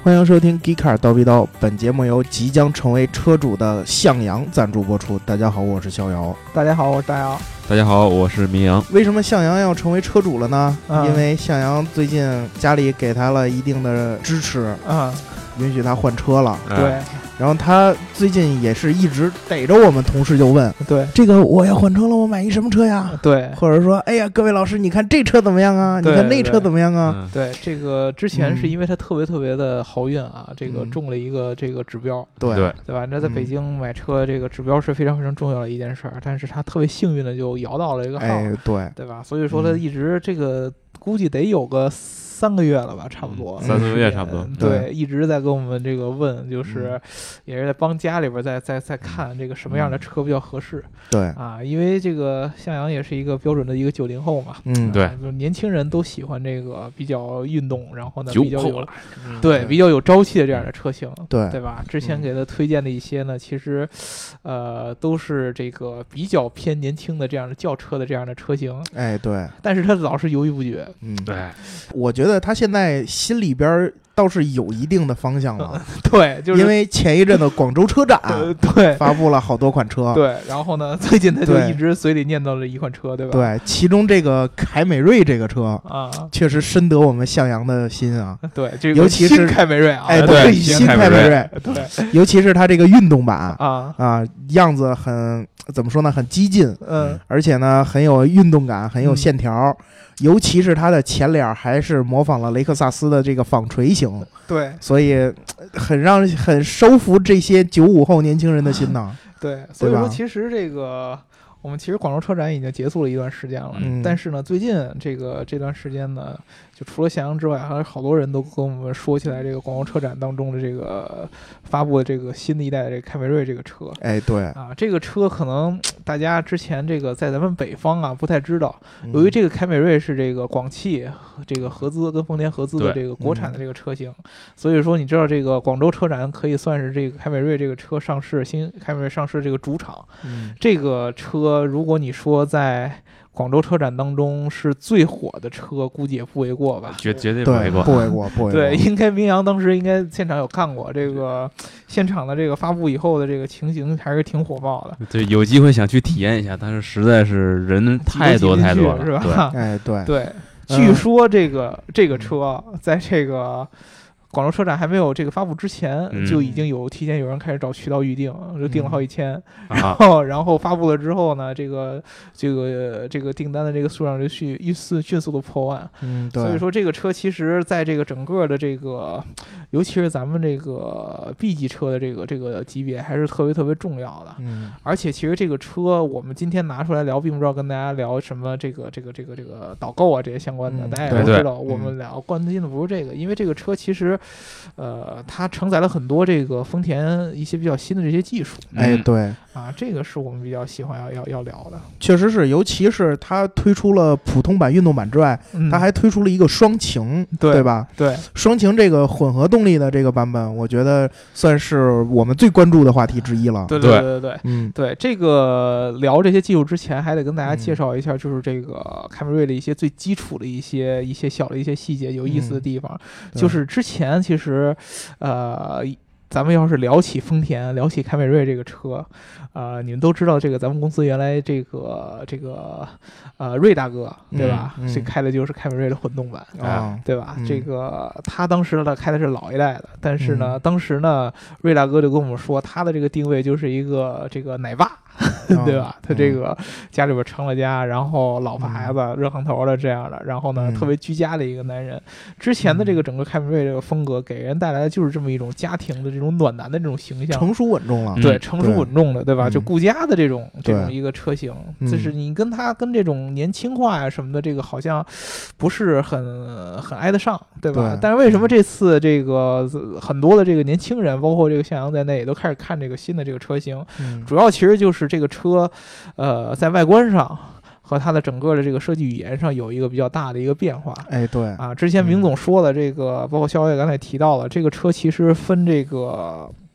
欢迎收听 Geekcar 刀逼刀，本节目由即将成为车主的向阳赞助播出。大家好，我是逍遥。 大家好，我是大姚。 大家好，我是明阳。 为什么向阳要成为车主了呢？因为向阳最近家里给他了一定的支持，允许他换车了。 对。 然后他最近也是一直逮着我们同事就问， 对， 这个我要换车了，我买一什么车呀？ 对， 或者说，哎呀，各位老师，你看这车怎么样啊？你看那车怎么样啊？ 对，这个之前是因为他特别的好运啊，这个中了一个这个指标， 对吧？那在北京买车，这个指标是非常非常重要的一件事儿，但是他特别幸运的就摇到了一个号，对吧？所以说他一直这个估计得有个3个月了吧，差不多 3、4个月差不多。 对，一直在跟我们这个问，就是也是在帮家里边在看这个什么样的车比较合适。 对啊，因为这个向阳也是一个标准的一个90后嘛， 对， 就是年轻人都喜欢这个比较运动，然后呢比较有朝气的这样的车型，对吧？之前给他推荐的一些呢，其实都是这个比较偏年轻的这样的轿车的这样的车型。 哎，对， 但是他老是犹豫不决。 对， 我觉得他现在心里边倒是有一定的方向了。 对，就是因为前一阵的广州车展对发布了好多款车。 对，然后呢，最近他就一直嘴里念叨了一款车，对吧？ 对，其中这个凯美瑞这个车啊，确实深得我们向阳的心啊。 对，这个尤其是新凯美瑞啊， 哎，对，新凯美瑞， 对， 尤其是它这个运动版啊， 样子很怎么说呢，很激进，而且呢很有运动感，很有线条。尤其是它的前脸还是模仿了雷克萨斯的这个纺锤型， 对， 所以很收服这些95后年轻人的心呐。 对，所以说其实这个我们其实广州车展已经结束了一段时间了，但是呢，最近这段时间呢，就除了向阳之外，还有好多人都跟我们说起来这个广州车展当中的这个发布的这个新的一代的这个凯美瑞这个车。 哎，对啊，这个车可能大家之前这个在咱们北方啊不太知道，由于这个凯美瑞是这个广汽这个合资跟丰田合资的这个国产的这个车型，所以说你知道这个广州车展可以算是这个凯美瑞这个车上市新凯美瑞上市这个主场。这个车如果你说在广州车展当中是最火的车，估计也不为过吧？ 绝对不为过， 不为过。 对，应该明阳当时应该现场有看过这个现场的这个发布以后的这个情形，还是挺火爆的。 对，有机会想去体验一下，但是实在是人太多了， 是吧？ 哎，对。 据说这个车在这个广州车展还没有这个发布之前，就已经提前有人开始找渠道预定，就订了好几千，然后发布了之后呢，这个订单的这个数量就迅速的破万。 对。 所以说这个车其实在这个整个的这个，尤其是咱们这个 B 级车的这个级别，还是特别重要的。而且其实这个车我们今天拿出来聊，并不知道跟大家聊什么这个导购啊这些相关的，大家也都知道，我们关心的不是这个，因为这个车其实。它承载了很多这个丰田一些比较新的这些技术。 哎，对啊，这个是我们比较喜欢要聊的。 确实是，尤其是它推出了普通版、运动版之外，它还推出了一个双擎，对吧？ 对， 双擎这个混合动力的这个版本，我觉得算是我们最关注的话题之一了。 对，对，这个聊这些技术之前，还得跟大家介绍一下，就是这个凯美瑞的一些最基础的一些小的一些细节、有意思的地方，就是之前其实，咱们要是聊起丰田，聊起凯美瑞这个车，你们都知道这个咱们公司原来这个瑞大哥对吧？这开的就是凯美瑞的混动版对吧？这个他当时呢开的是老一代的，但是呢，当时呢瑞大哥就跟我们说，他的这个定位就是一个这个奶爸。对吧？他这个家里边成了家，然后老婆孩子热炕头的这样的，然后呢特别居家的一个男人。之前的这个整个凯美瑞这个风格给人带来的就是这么一种家庭的这种暖男的这种形象， 成熟稳重了。 对，成熟稳重的，对吧？就顾家的这种一个车型，就是你跟这种年轻化呀什么的，这个好像不是很挨得上，对吧？但是为什么这次这个很多的这个年轻人，包括这个向阳在内，也都开始看这个新的这个车型？主要其实就是这个车，在外观上和它的整个的这个设计语言上有一个比较大的一个变化。 哎，对啊，之前明总说了这个，包括肖爷刚才提到了，这个车其实分这个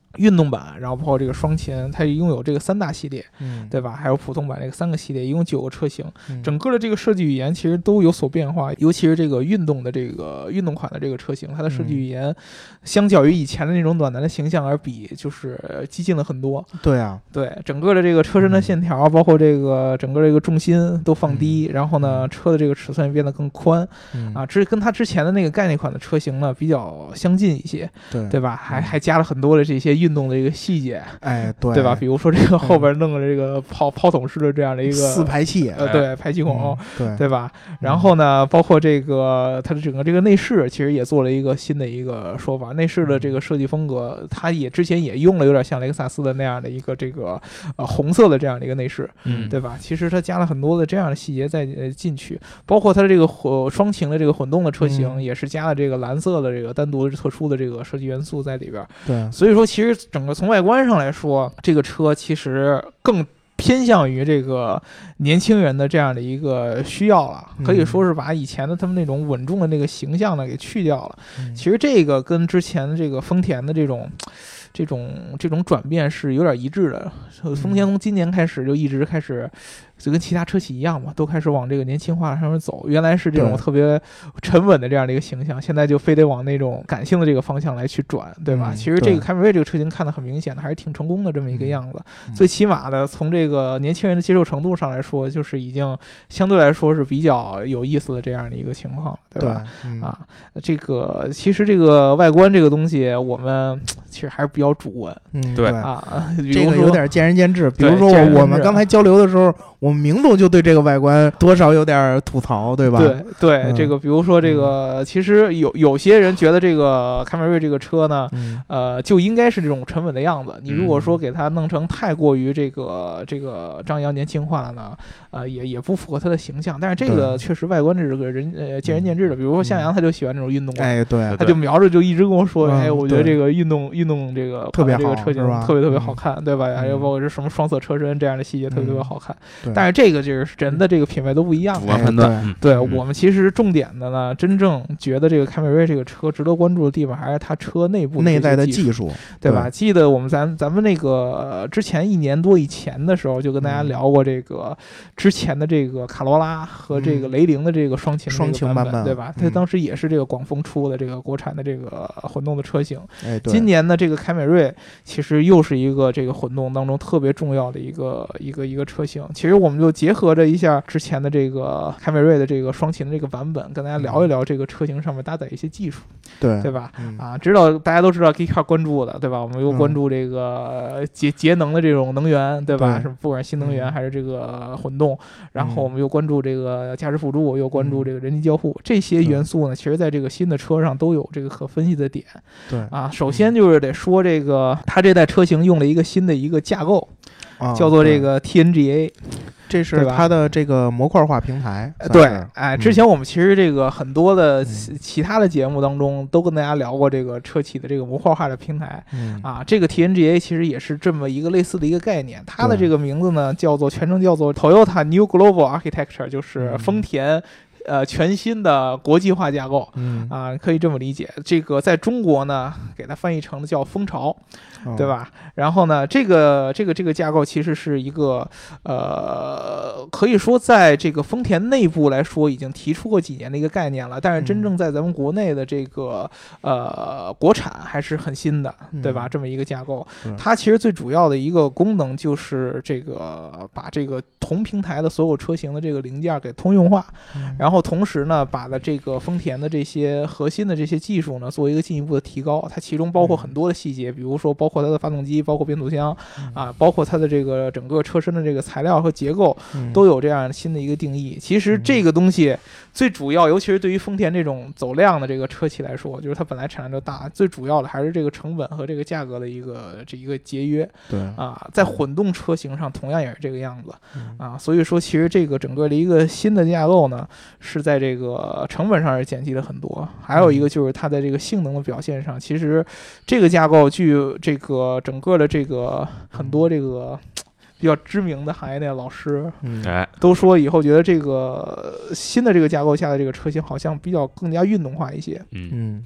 运动版，然后包括这个双擎，它拥有这个3大系列，对吧？还有普通版这个3个系列，一共9个车型。整个的这个设计语言其实都有所变化，尤其是这个运动款的这个车型，它的设计语言相较于以前的那种暖男的形象而比，就是激进了很多。 对啊， 对，整个的这个车身的线条，包括这个整个这个重心都放低，然后呢，车的这个尺寸也变得更宽，这跟它之前的那个概念款的车型呢比较相近一些，对吧？还加了很多的这些运动的这个细节，对吧？比如说这个后边弄了这个炮筒式的这样的一个 4排气， 对，排气孔，对吧？然后呢，包括这个它的整个这个内饰，其实也做了一个新的一个说法。内饰的这个设计风格，它也之前也用了有点像雷克萨斯的那样的一个这个红色的这样的一个内饰，对吧？其实它加了很多的这样的细节在进去，包括它的这个双擎的这个混动的车型，也是加了这个蓝色的这个单独的特殊的这个设计元素在里边。 对， 所以说其实整个从外观上来说，这个车其实更偏向于这个年轻人的这样的一个需要了，可以说是把以前的他们那种稳重的那个形象呢给去掉了。其实这个跟之前的这个丰田的这种转变是有点一致的。丰田从今年开始就一直开始就跟其他车企一样嘛，都开始往这个年轻化上面走。原来是这种特别沉稳的这样的一个形象，现在就非得往那种感性的这个方向来去转，对吧？其实这个凯美瑞这个车型看得很明显的，还是挺成功的这么一个样子。最起码的从这个年轻人的接受程度上来说，就是已经相对来说是比较有意思的这样的一个情况，对吧？这个其实这个外观这个东西，我们其实还是比较主观， 对这个有点见仁见智。比如说我们刚才交流的时候，我们明总就对这个外观多少有点吐槽，对吧？ 对，这个比如说这个，其实有些人觉得这个凯美瑞这个车呢，就应该是这种沉稳的样子。你如果说给它弄成太过于这个张扬年轻化了呢，也不符合它的形象。但是这个确实外观这个见仁见智的。比如说向阳他就喜欢这种运动感， 对， 他就瞄着就一直跟我说，我觉得这个运动这个特别好， 这个车型特别好看，对吧？还有包括是什么双色车身这样的细节特别好看。但是这个就是人的这个品味都不一样， 主观判断。 对，我们其实重点的呢，真正觉得这个凯美瑞这个车值得关注的地方，还是它车内在的技术，对吧？记得我们咱们那个之前1年多以前的时候，就跟大家聊过这个之前的这个卡罗拉和这个雷凌的这个双擎版本，对吧？它当时也是这个广丰出的这个国产的这个混动的车型。今年的这个凯美瑞其实又是一个这个混动当中特别重要的一个车型。其实我们就结合着一下之前的这个凯美瑞的这个双擎的这个版本，跟大家聊一聊这个车型上面搭载一些技术，对吧？大家都知道 Geekcar 关注的，对吧？我们又关注这个节能的这种能源，对吧？是不管是新能源还是这个混动，然后我们又关注这个驾驶辅助，又关注这个人机交互，这些元素呢，其实在这个新的车上都有这个可分析的点。首先就是得说这个它这代车型用了一个新的一个架构，叫做这个 TNGA。 这是它的这个模块化平台。 之前我们其实这个很多的其他的节目当中都跟大家聊过这个车企的这个模块化的平台。这个 TNGA 其实也是这么一个类似的一个概念。它的这个名字呢，全称叫做 Toyota New Global Architecture， 就是丰田全新的国际化架构。可以这么理解。这个在中国呢，给它翻译成叫风潮，对吧？然后呢，这个架构其实是一个可以说在这个丰田内部来说已经提出过几年的一个概念了，但是真正在咱们国内的这个国产还是很新的，对吧？这么一个架构，它其实最主要的一个功能就是这个把这个同平台的所有车型的这个零件给通用化，然后同时呢，把这个丰田的这些核心的这些技术呢做一个进一步的提高。它其中包括很多的细节，比如说包括它的发动机，包括变速箱包括它的这个整个车身的这个材料和结构都有这样新的一个定义。其实这个东西最主要，尤其是对于丰田这种走量的这个车企来说，就是它本来产量就大，最主要的还是这个成本和这个价格的一个节约。在混动车型上同样也是这个样子所以说其实这个整个的一个新的架构呢，是在这个成本上是减低了很多。还有一个就是它在这个性能的表现上，其实这个架构据这个整个的这个很多这个比较知名的行业内的老师都说，以后觉得这个新的这个架构下的这个车型好像比较更加运动化一些。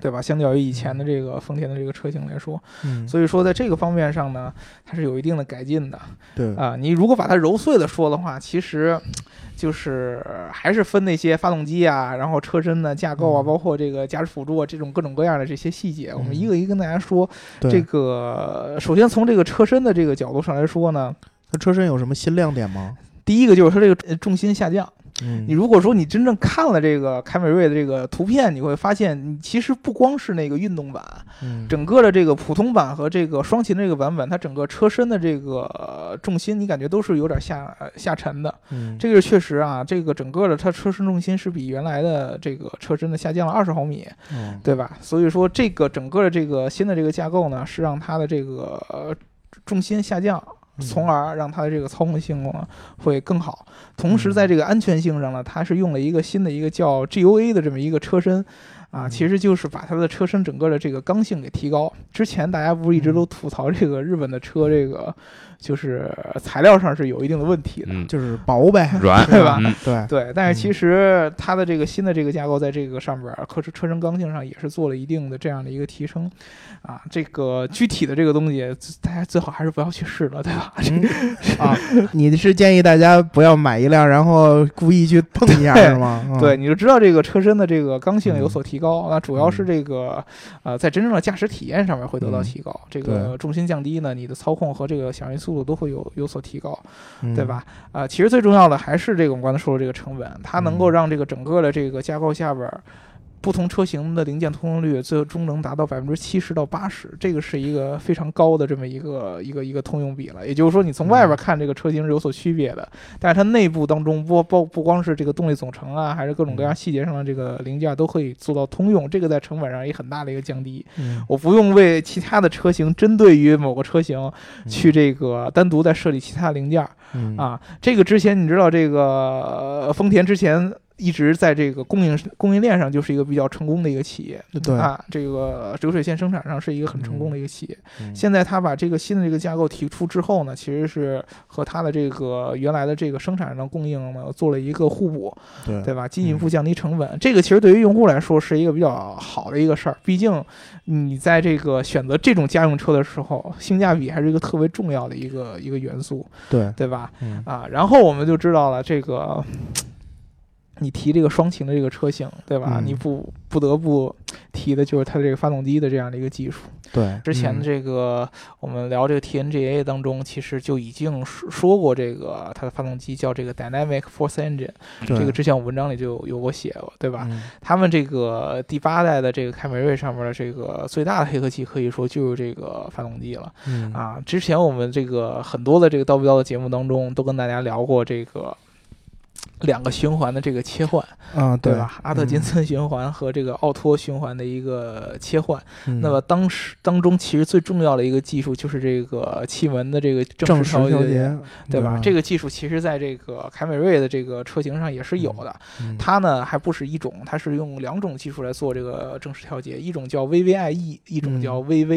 对吧？相较于以前的这个丰田的这个车型来说， 嗯， 所以说在这个方面上呢，它是有一定的改进的。 对啊，你如果把它揉碎了说的话，其实就是还是分那些发动机啊，然后车身的架构啊，包括这个驾驶辅助啊，这种各种各样的这些细节，我们一个一个跟大家说。这个首先从这个车身的这个角度上来说呢， 它车身有什么新亮点吗？ 第一个就是它这个重心下降。 你如果说你真正看了这个凯美瑞的这个图片，你会发现，你其实不光是那个运动版，整个的这个普通版和这个双擎的这个版本，它整个车身的这个重心，你感觉都是有点下沉的。这个是确实啊，这个整个的它车身重心是比原来的这个车身的下降了20毫米，对吧？所以说这个整个的这个新的这个架构呢，是让它的这个重心下降。从而让它的这个操控性呢会更好，同时在这个安全性上呢，它是用了一个新的一个叫 GOA 的这么一个车身啊，其实就是把它的车身整个的这个刚性给提高。之前大家不是一直都吐槽这个日本的车这个就是材料上是有一定的问题的， 就是薄呗， 软， 对吧？ 对。 但是其实它的这个新的这个架构在这个上边车身刚性上也是做了一定的这样的一个提升啊。这个具体的这个东西，大家最好还是不要去试了，对吧？ 啊，你是建议大家不要买一辆，然后故意去碰一下是吗？ 对，你就知道这个车身的这个刚性有所提高，那主要是这个在真正的驾驶体验上面会得到提高。这个重心降低呢，你的操控和这个响应速度都会有所提高，对吧？其实最重要的还是这个我们刚才说的这个成本，它能够让这个整个的这个架构下边不同车型的零件通用率最终能达到70%到80%，这个是一个非常高的这么一个通用比了。也就是说，你从外边看这个车型是有所区别的，但是它内部当中不光是这个动力总成啊，还是各种各样细节上的这个零件都可以做到通用，这个在成本上也很大的一个降低。我不用为其他的车型针对于某个车型去这个单独再设计其他零件啊。这个之前你知道，这个丰田之前一直在这个供应链上就是一个比较成功的一个企业， 对啊，这个流水线生产上是一个很成功的一个企业。现在他把这个新的这个架构提出之后呢，其实是和他的这个原来的这个生产上供应呢做了一个互补，对吧？进一步降低成本，这个其实对于用户来说是一个比较好的一个事儿。毕竟你在这个选择这种家用车的时候，性价比还是一个特别重要的一个元素，对吧？然后我们就知道了这个。你提这个双擎的这个车型，对吧？你不得不提的就是它的这个发动机的这样的一个技术。 对， 之前的这个我们聊这个 TNGA 当中，其实就已经说过这个它的发动机叫这个 Dynamic Force Engine， 这个之前我文章里就有过写过，对吧？他们这个第8代的这个凯美瑞上面的这个最大的黑科技，可以说就是这个发动机了。之前我们这个很多的这个刀不刀的节目当中，都跟大家聊过这个。2个循环的这个切换对吧？阿特金森循环和这个奥托循环的一个切换。那么当中其实最重要的一个技术就是这个气门的这个正时调节，对吧？这个技术其实在这个凯美瑞的这个车型上也是有的。它呢还不是一种，它是用2种技术来做这个正时调节，一种叫 VVIe， 一种叫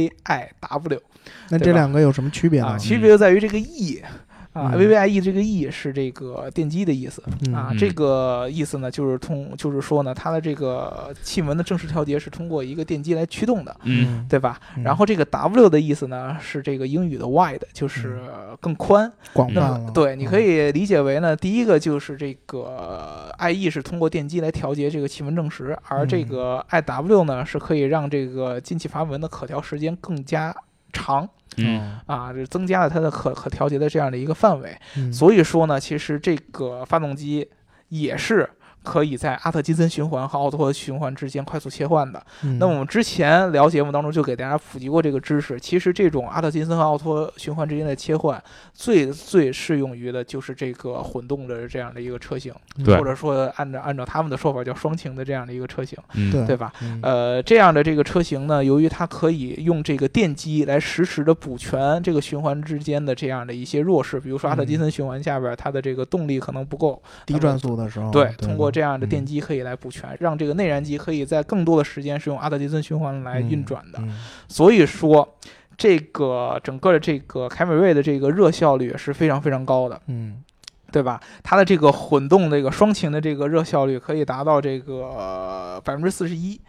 VVIW。 那这2个有什么区别呢？ 区别就在于这个 VVIe 这个 E 是这个电机的意思这个意思呢，就是说呢，它的这个气门的正时调节是通过一个电机来驱动的，对吧？然后这个 W 的意思呢，是这个英语的 wide， 就是更宽、 广泛了。 对，你可以理解为呢，第一个就是这个 IE 是通过电机来调节这个气门正时，而这个 IW 呢，是可以让这个进气阀门的可调时间更加长。这增加了它的可调节的这样的一个范围。所以说呢，其实这个发动机也是可以在阿特金森循环和奥托循环之间快速切换的。那我们之前聊节目当中就给大家普及过这个知识。其实这种阿特金森和奥托循环之间的切换，最适用于的就是这个混动的这样的一个车型，或者说按照他们的说法叫双擎的这样的一个车型，对吧？这样的这个车型呢，由于它可以用这个电机来实时的补全这个循环之间的这样的一些弱势，比如说阿特金森循环下边它的这个动力可能不够， 低转速的时候， 对，通过这样的电机可以来补全，让这个内燃机可以在更多的时间是用阿特金森循环来运转的。所以说，这个整个的这个凯美瑞的这个热效率是非常非常高的。对吧？它的这个混动这个双擎的这个热效率可以达到这个41%。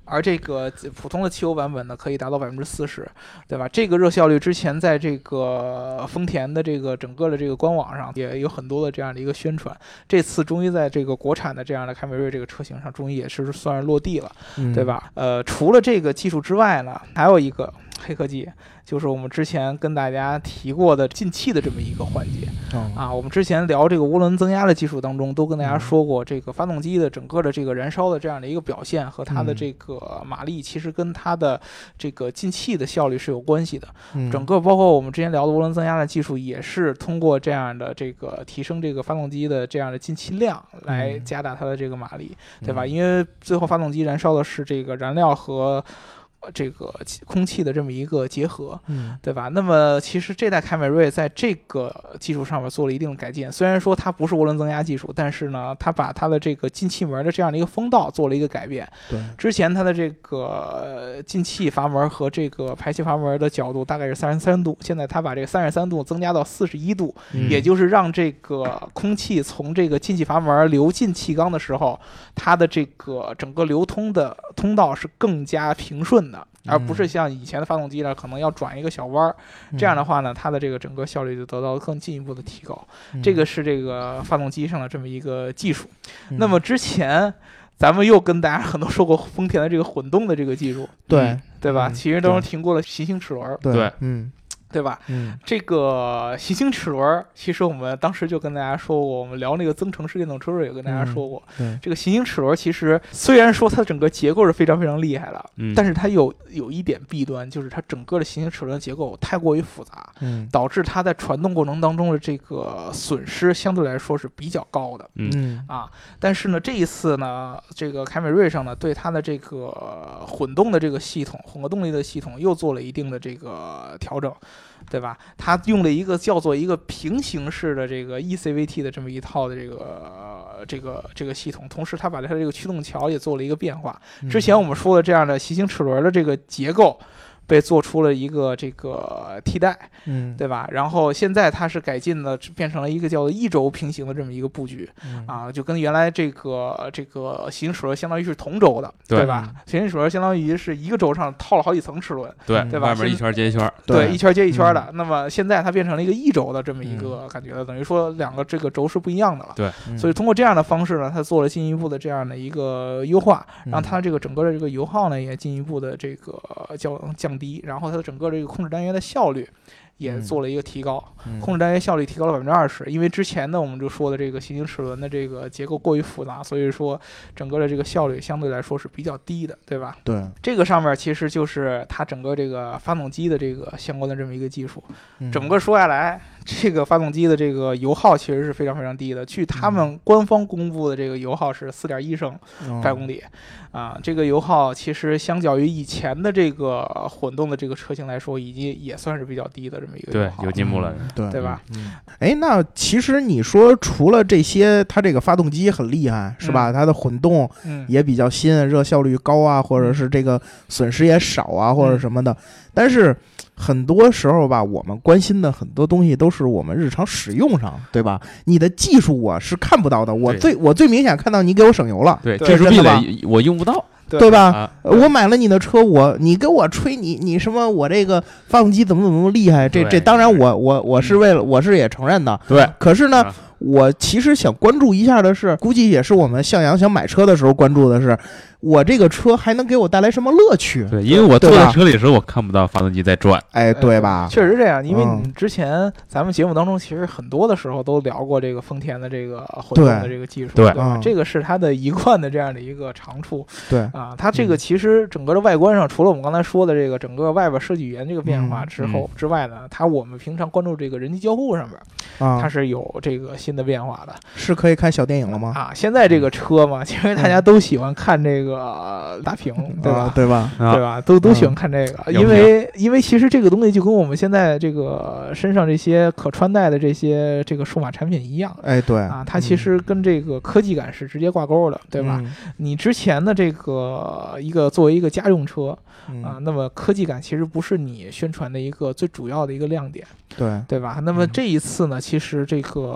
而这个普通的汽油版本呢，可以达到40%，对吧？这个热效率之前在这个丰田的这个整个的这个官网上也有很多的这样的一个宣传。这次终于在这个国产的这样的凯美瑞这个车型上，终于也是算是落地了，对吧？除了这个技术之外呢，还有一个黑科技，就是我们之前跟大家提过的进气的这么一个环节。我们之前聊这个涡轮增压的技术当中，都跟大家说过，这个发动机的整个的这个燃烧的这样的一个表现和它的这个马力，其实跟它的这个进气的效率是有关系的。整个包括我们之前聊的涡轮增压的技术，也是通过这样的这个提升这个发动机的这样的进气量来加大它的这个马力，对吧？因为最后发动机燃烧的是这个燃料和这个空气的这么一个结合，对吧？那么其实这代凯美瑞在这个技术上面做了一定的改进，虽然说它不是涡轮增压技术，但是呢，它把它的这个进气门的这样的一个风道做了一个改变。 对， 之前它的这个进气阀门和这个排气阀门的角度大概是33度，现在它把这个33度增加到41度，也就是让这个空气从这个进气阀门流进气缸的时候，它的这个整个流通的通道是更加平顺的，而不是像以前的发动机呢，可能要转一个小弯，这样的话呢，它的这个整个效率就得到更进一步的提高。这个是这个发动机上的这么一个技术。那么之前咱们又跟大家很多说过丰田的这个混动的这个技术，对吧？其实都是听过了行星齿轮， 对， 对吧？这个行星齿轮，其实我们当时就跟大家说过，我们聊那个增程式电动车也跟大家说过，这个行星齿轮其实虽然说它整个结构是非常非常厉害的，但是它有一点弊端，就是它整个的行星齿轮结构太过于复杂，导致它在传动过程当中的这个损失相对来说是比较高的，但是呢，这一次呢，这个凯美瑞上呢，对它的这个混动的这个系统，混合动力的系统又做了一定的这个调整。对吧？它用了一个叫做一个平行式的这个 ECVT 的这么一套的这个系统，同时它把它这个驱动桥也做了一个变化。之前我们说的这样的行星齿轮的这个结构被做出了一个这个替代，对吧？然后现在它是改进的，变成了一个叫做一轴平行的这么一个布局，就跟原来这个行星齿轮相当于是同轴的，对吧？行星齿轮相当于是一个轴上套了好几层齿轮，对吧？ 外面一圈接一圈， 对，一圈接一圈的。那么现在它变成了一个一轴的这么一个感觉了，等于说两个这个轴是不一样的了。 对， 所以通过这样的方式呢，它做了进一步的这样的一个优化，让它这个整个的这个油耗呢也进一步的这个降低，然后它的整个这个控制单元的效率也做了一个提高，控制单元效率提高了20%。因为之前呢，我们就说的这个行星齿轮的这个结构过于复杂，所以说整个的这个效率相对来说是比较低的，对吧？ 对， 这个上面其实就是它整个这个发动机的这个相关的这么一个技术。整个说下来，这个发动机的这个油耗其实是非常非常低的，据他们官方公布的这个油耗是4.1升百公里，这个油耗其实相较于以前的这个混动的这个车型来说，已经也算是比较低的这么一个油耗， 对，有进步了， 对吧？ 那其实你说除了这些，它这个发动机很厉害，是吧？它的混动也比较新，热效率高啊，或者是这个损失也少啊，或者什么的，但是很多时候吧，我们关心的很多东西都是我们日常使用上，对吧？你的技术我是看不到的，我最明显看到你给我省油了， 对，技术壁垒我用不到， 对吧？我买了你的车，你给我吹你什么？我这个发动机怎么厉害？这当然我是为了我是也承认的， 对。 可是呢，我其实想关注一下的是，估计也是我们向阳想买车的时候关注的是，我这个车还能给我带来什么乐趣？ 对，因为我坐在车里的时候，我看不到发动机在转， 对吧？ 确实这样，因为你之前咱们节目当中其实很多的时候都聊过这个丰田的这个混动的这个技术，对吧？这个是它的一贯的这样的一个长处， 对它这个其实整个的外观上，除了我们刚才说的这个整个外边设计语言这个变化之外呢，我们平常关注这个人机交互上面，它是有这个新的变化的， 是可以看小电影了吗？ 现在这个车嘛，因为大家都喜欢看这个大屏，对吧？ 对吧？ 对吧？都喜欢看这个，因为其实这个东西就跟我们现在这个身上这些可穿戴的这个数码产品一样， 对它其实跟这个科技感是直接挂钩的，对吧？你之前的这个作为一个家用车那么科技感其实不是你宣传的一个最主要的一个亮点，对吧？那么这一次呢，其实这个凯美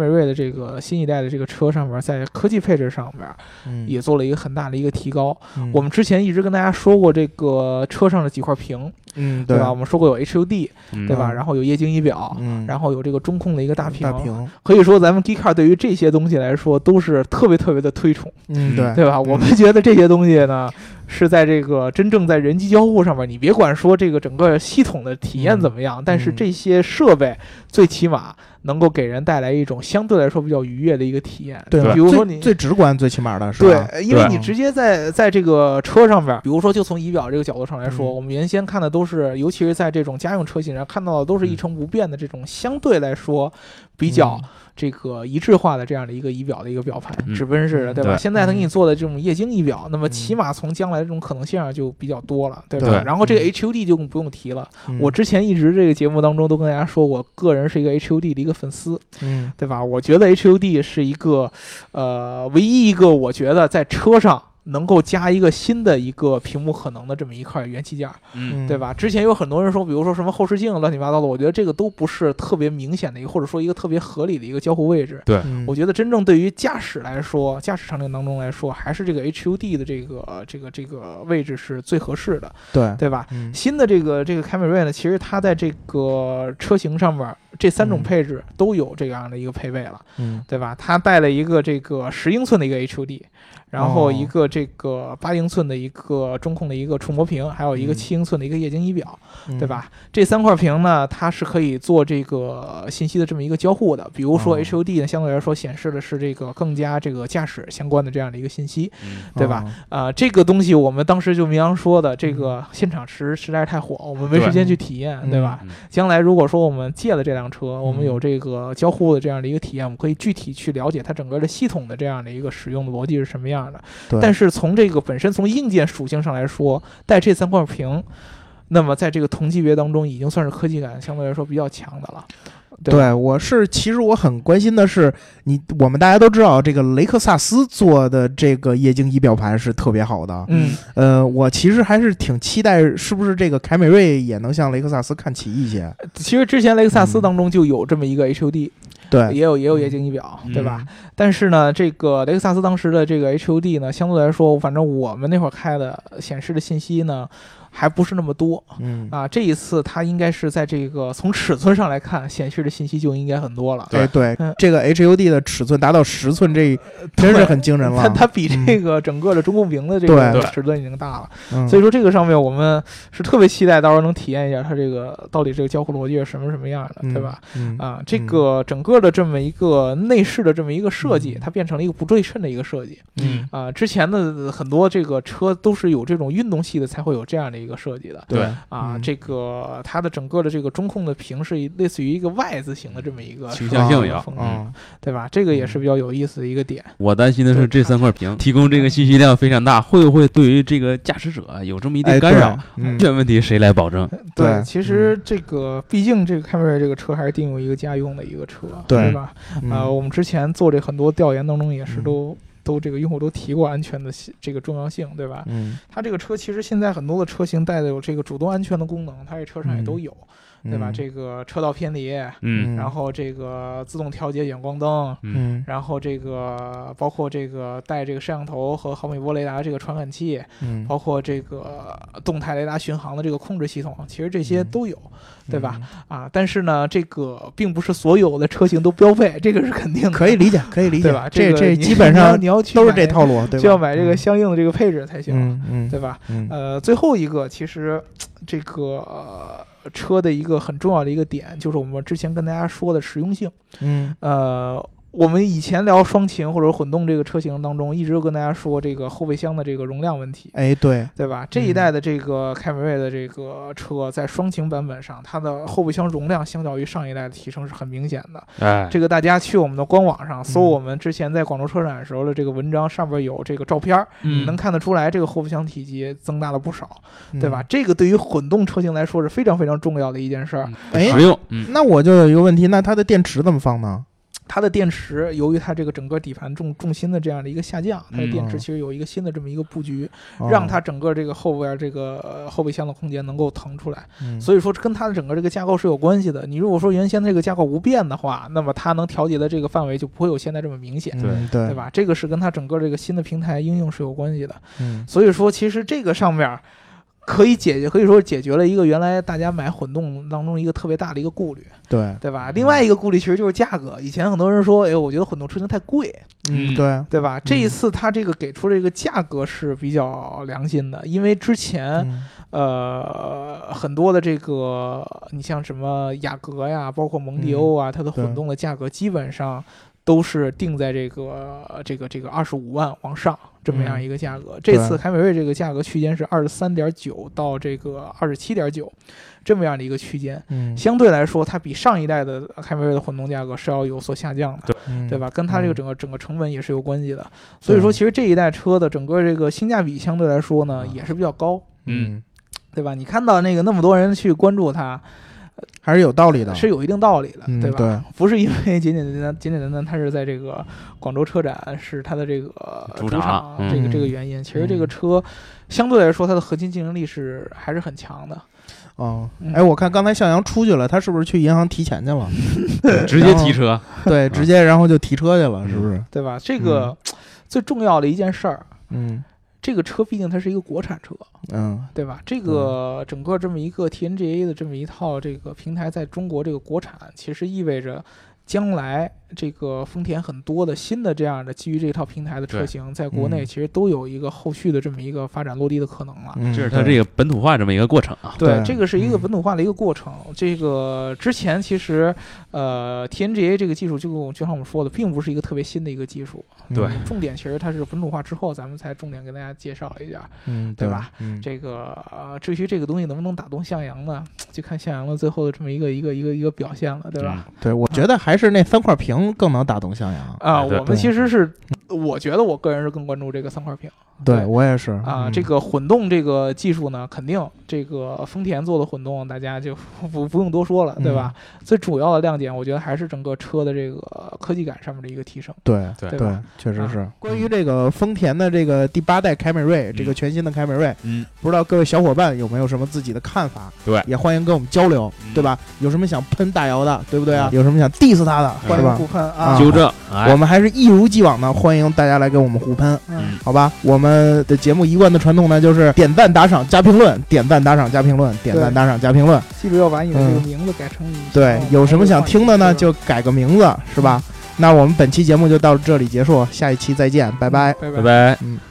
瑞的这个新一代的这个车上面，在科技配置上面，也做了一个很大的一个提高。我们之前一直跟大家说过这个车上的几块屏，对吧？我们说过有 HUD，对吧？然后有液晶仪表，然后有这个中控的一个大屏，可以说咱们 Geekcar 对于这些东西来说都是特别特别的推崇，对吧？我们觉得这些东西呢，是在这个真正在人机交互上面，你别管说这个整个系统的体验怎么样，但是这些设备最起码能够给人带来一种相对来说比较愉悦的一个体验。 对， 比如说你最直观，最起码的是吧？ 对，因为你直接在这个车上边，比如说就从仪表这个角度上来说，我们原先看的都是，尤其是在这种家用车型上看到的都是一成不变的这种相对来说比较这个一致化的这样的一个仪表的一个表盘，指纹式的，对吧？现在它给你做的这种液晶仪表，那么起码从将来的这种可能性上就比较多了，对吧？然后这个 HUD 就更不用提了，我之前一直这个节目当中都跟大家说，我个人是一个 HUD 的一个粉丝，对吧？我觉得 HUD 是一个唯一一个我觉得在车上能够加一个新的一个屏幕可能的这么一块元器件，对吧？之前有很多人说，比如说什么后视镜乱七八糟的，我觉得这个都不是特别明显的一个，或者说一个特别合理的一个交互位置。 对， 我觉得真正对于驾驶来说，驾驶场景当中来说，还是这个 HUD 的这个位置是最合适的，对吧？新的这个凯美瑞呢，其实它在这个车型上面这3种配置都有这样的一个配备了，对吧？它带了一个这个10英寸的一个 HUD。然后一个这个8英寸的一个中控的一个触摸屏，还有一个7英寸的一个液晶仪表，对吧？这3块屏呢，它是可以做这个信息的这么一个交互的。比如说 HUD 呢，相对来说显示的是这个更加这个驾驶相关的这样的一个信息，对吧？这个东西我们当时就明阳说的，这个现场实在是太火，我们没时间去体验，对吧？将来如果说我们借了这辆车，我们有这个交互的这样的一个体验，我们可以具体去了解它整个的系统的这样的一个使用的逻辑是什么样的。但是从这个本身从硬件属性上来说，带这3块屏，那么在这个同级别当中已经算是科技感相对来说比较强的了。 对，其实我很关心的是，我们大家都知道，这个雷克萨斯做的这个液晶仪表盘是特别好的。我其实还是挺期待，是不是这个凯美瑞也能向雷克萨斯看齐一些？ 其实之前雷克萨斯当中就有这么一个 HUD。 对， 也有液晶仪表，对吧？但是呢，这个雷克萨斯当时的这个 HUD 呢，相对来说，反正我们那会儿开的显示的信息呢，还不是那么多。这一次它应该是在这个从尺寸上来看，显示的信息就应该很多了。 对，这个 HUD 的尺寸达到10寸，这真是很惊人了。 它比这个整个的中控屏的这个尺寸已经大了。所以说这个上面我们是特别期待到时候能体验一下它这个到底这个交互逻辑是什么样的，对吧？这个整个的这么一个内饰的这么一个设计，它变成了一个不对称的一个设计。之前的很多这个车都是有这种运动系的才会有这样的一个设计的。 对这个它的整个的这个中控的屏是类似于一个 Y 字形的这么一个倾向性呀， 对吧？这个也是比较有意思的一个点。 我担心的是这3块屏提供这个信息量非常大，会不会对于这个驾驶者有这么一定干扰？这问题谁来保证？ 对，其实这个毕竟这个凯美瑞这个车还是定有一个家用的一个车，对吧？我们之前做这很多调研当中也是都这个用户都提过安全的这个重要性，对吧？它这个车其实现在很多的车型带的有这个主动安全的功能，它这车上也都有。对吧？这个车道偏离，然后这个自动调节远光灯，然后这个包括这个带这个摄像头和毫米波雷达这个传感器，包括这个动态雷达巡航的这个控制系统，其实这些都有，对吧？但是呢，这个并不是所有的车型都标配，这个是肯定的， 可以理解， 对吧？ 这基本上你要去都是这套路，对吧？ 就要买这个相应的这个配置才行，对吧？最后一个其实这个车的一个很重要的一个点，就是我们之前跟大家说的实用性。我们以前聊双擎或者混动这个车型当中，一直都跟大家说这个后备箱的这个容量问题。对吧？这一代的这个凯美瑞的这个车，在双擎版本上，它的后备箱容量相较于上一代的提升是很明显的。这个大家去我们的官网上搜我们之前在广州车展时候的这个文章，上边有这个照片，能看得出来这个后备箱体积增大了不少，对吧？这个对于混动车型来说是非常非常重要的一件事儿。 实用。 那我就有一个问题，那它的电池怎么放呢？ 它的电池由于它这个整个底盘重心的这样的一个下降，它的电池其实有一个新的这么一个布局，让它整个这个后边这个后备箱的空间能够腾出来。所以说跟它的整个这个架构是有关系的。你如果说原先这个架构无变的话，那么它能调节的这个范围就不会有现在这么明显，对吧？这个是跟它整个这个新的平台应用是有关系的。所以说其实这个上面可以说解决了一个原来大家买混动当中一个特别大的一个顾虑，对吧？另外一个顾虑其实就是价格。以前很多人说，我觉得混动车型太贵，对吧？这一次它这个给出这个价格是比较良心的，因为之前很多的这个你像什么雅阁呀，包括蒙迪欧啊，它的混动的价格基本上都是定在这个25万往上这么样一个价格。这次凯美瑞这个价格区间是23.9到这个27.9这么样的一个区间，相对来说它比上一代的凯美瑞的混动价格是要有所下降的，对吧？跟它这个整个成本也是有关系的。所以说其实这一代车的整个这个性价比相对来说呢也是比较高，对吧？你看到那么多人去关注它， 还是有道理的， 是有一定道理的，对吧？ 对， 不是因为简单单它是在这个广州车展是它的这个主场这个原因。其实这个车相对来说它的核心竞争力还是很强的。 我看刚才向阳出去了，他是不是去银行提钱去了？ 直接提车， 对，直接然后就提车去了，是不是？ 对吧？这个最重要的一件事儿，这个车毕竟它是一个国产车，对吧？这个整个这么一个 TNGA 的这么一套这个平台，在中国这个国产，其实意味着将来这个丰田很多的新的这样的基于这套平台的车型，在国内其实都有一个后续的这么一个发展落地的可能了。 这是它这个本土化这么一个过程啊。 对，这个是一个本土化的一个过程。这个之前其实TNGA 这个技术就像我们说的，并不是一个特别新的一个技术。 对， 重点其实它是本土化之后，咱们才重点给大家介绍一下，对吧？这个至于这个东西能不能打动向阳呢，就看向阳的最后的这么一个表现了，对吧？ 对，我觉得还是那3块屏更能打动向阳啊。我们其实是，我觉得我个人是更关注这个3块屏。 对，我也是啊。这个混动这个技术呢，肯定这个丰田做的混动，大家就不用多说了，对吧？最主要的亮点，我觉得还是整个车的这个科技感上面的一个提升。 对，确实是。关于这个丰田的这个第8代凯美瑞，这个全新的凯美瑞，不知道各位小伙伴有没有什么自己的看法？ 对， 也欢迎跟我们交流，对吧？有什么想喷大姚的，对不对啊？有什么想 diss 他的， 欢迎互喷啊！ 纠正， 我们还是一如既往的欢迎大家来跟我们互喷，好吧？我们的节目一贯的传统呢，就是点赞打赏加评论，点赞打赏加评论，点赞打赏加评论。 记住要把你的这个名字改成对，有什么想听的呢，就改个名字，是吧？那我们本期节目就到这里结束，下一期再见，拜拜， 拜拜。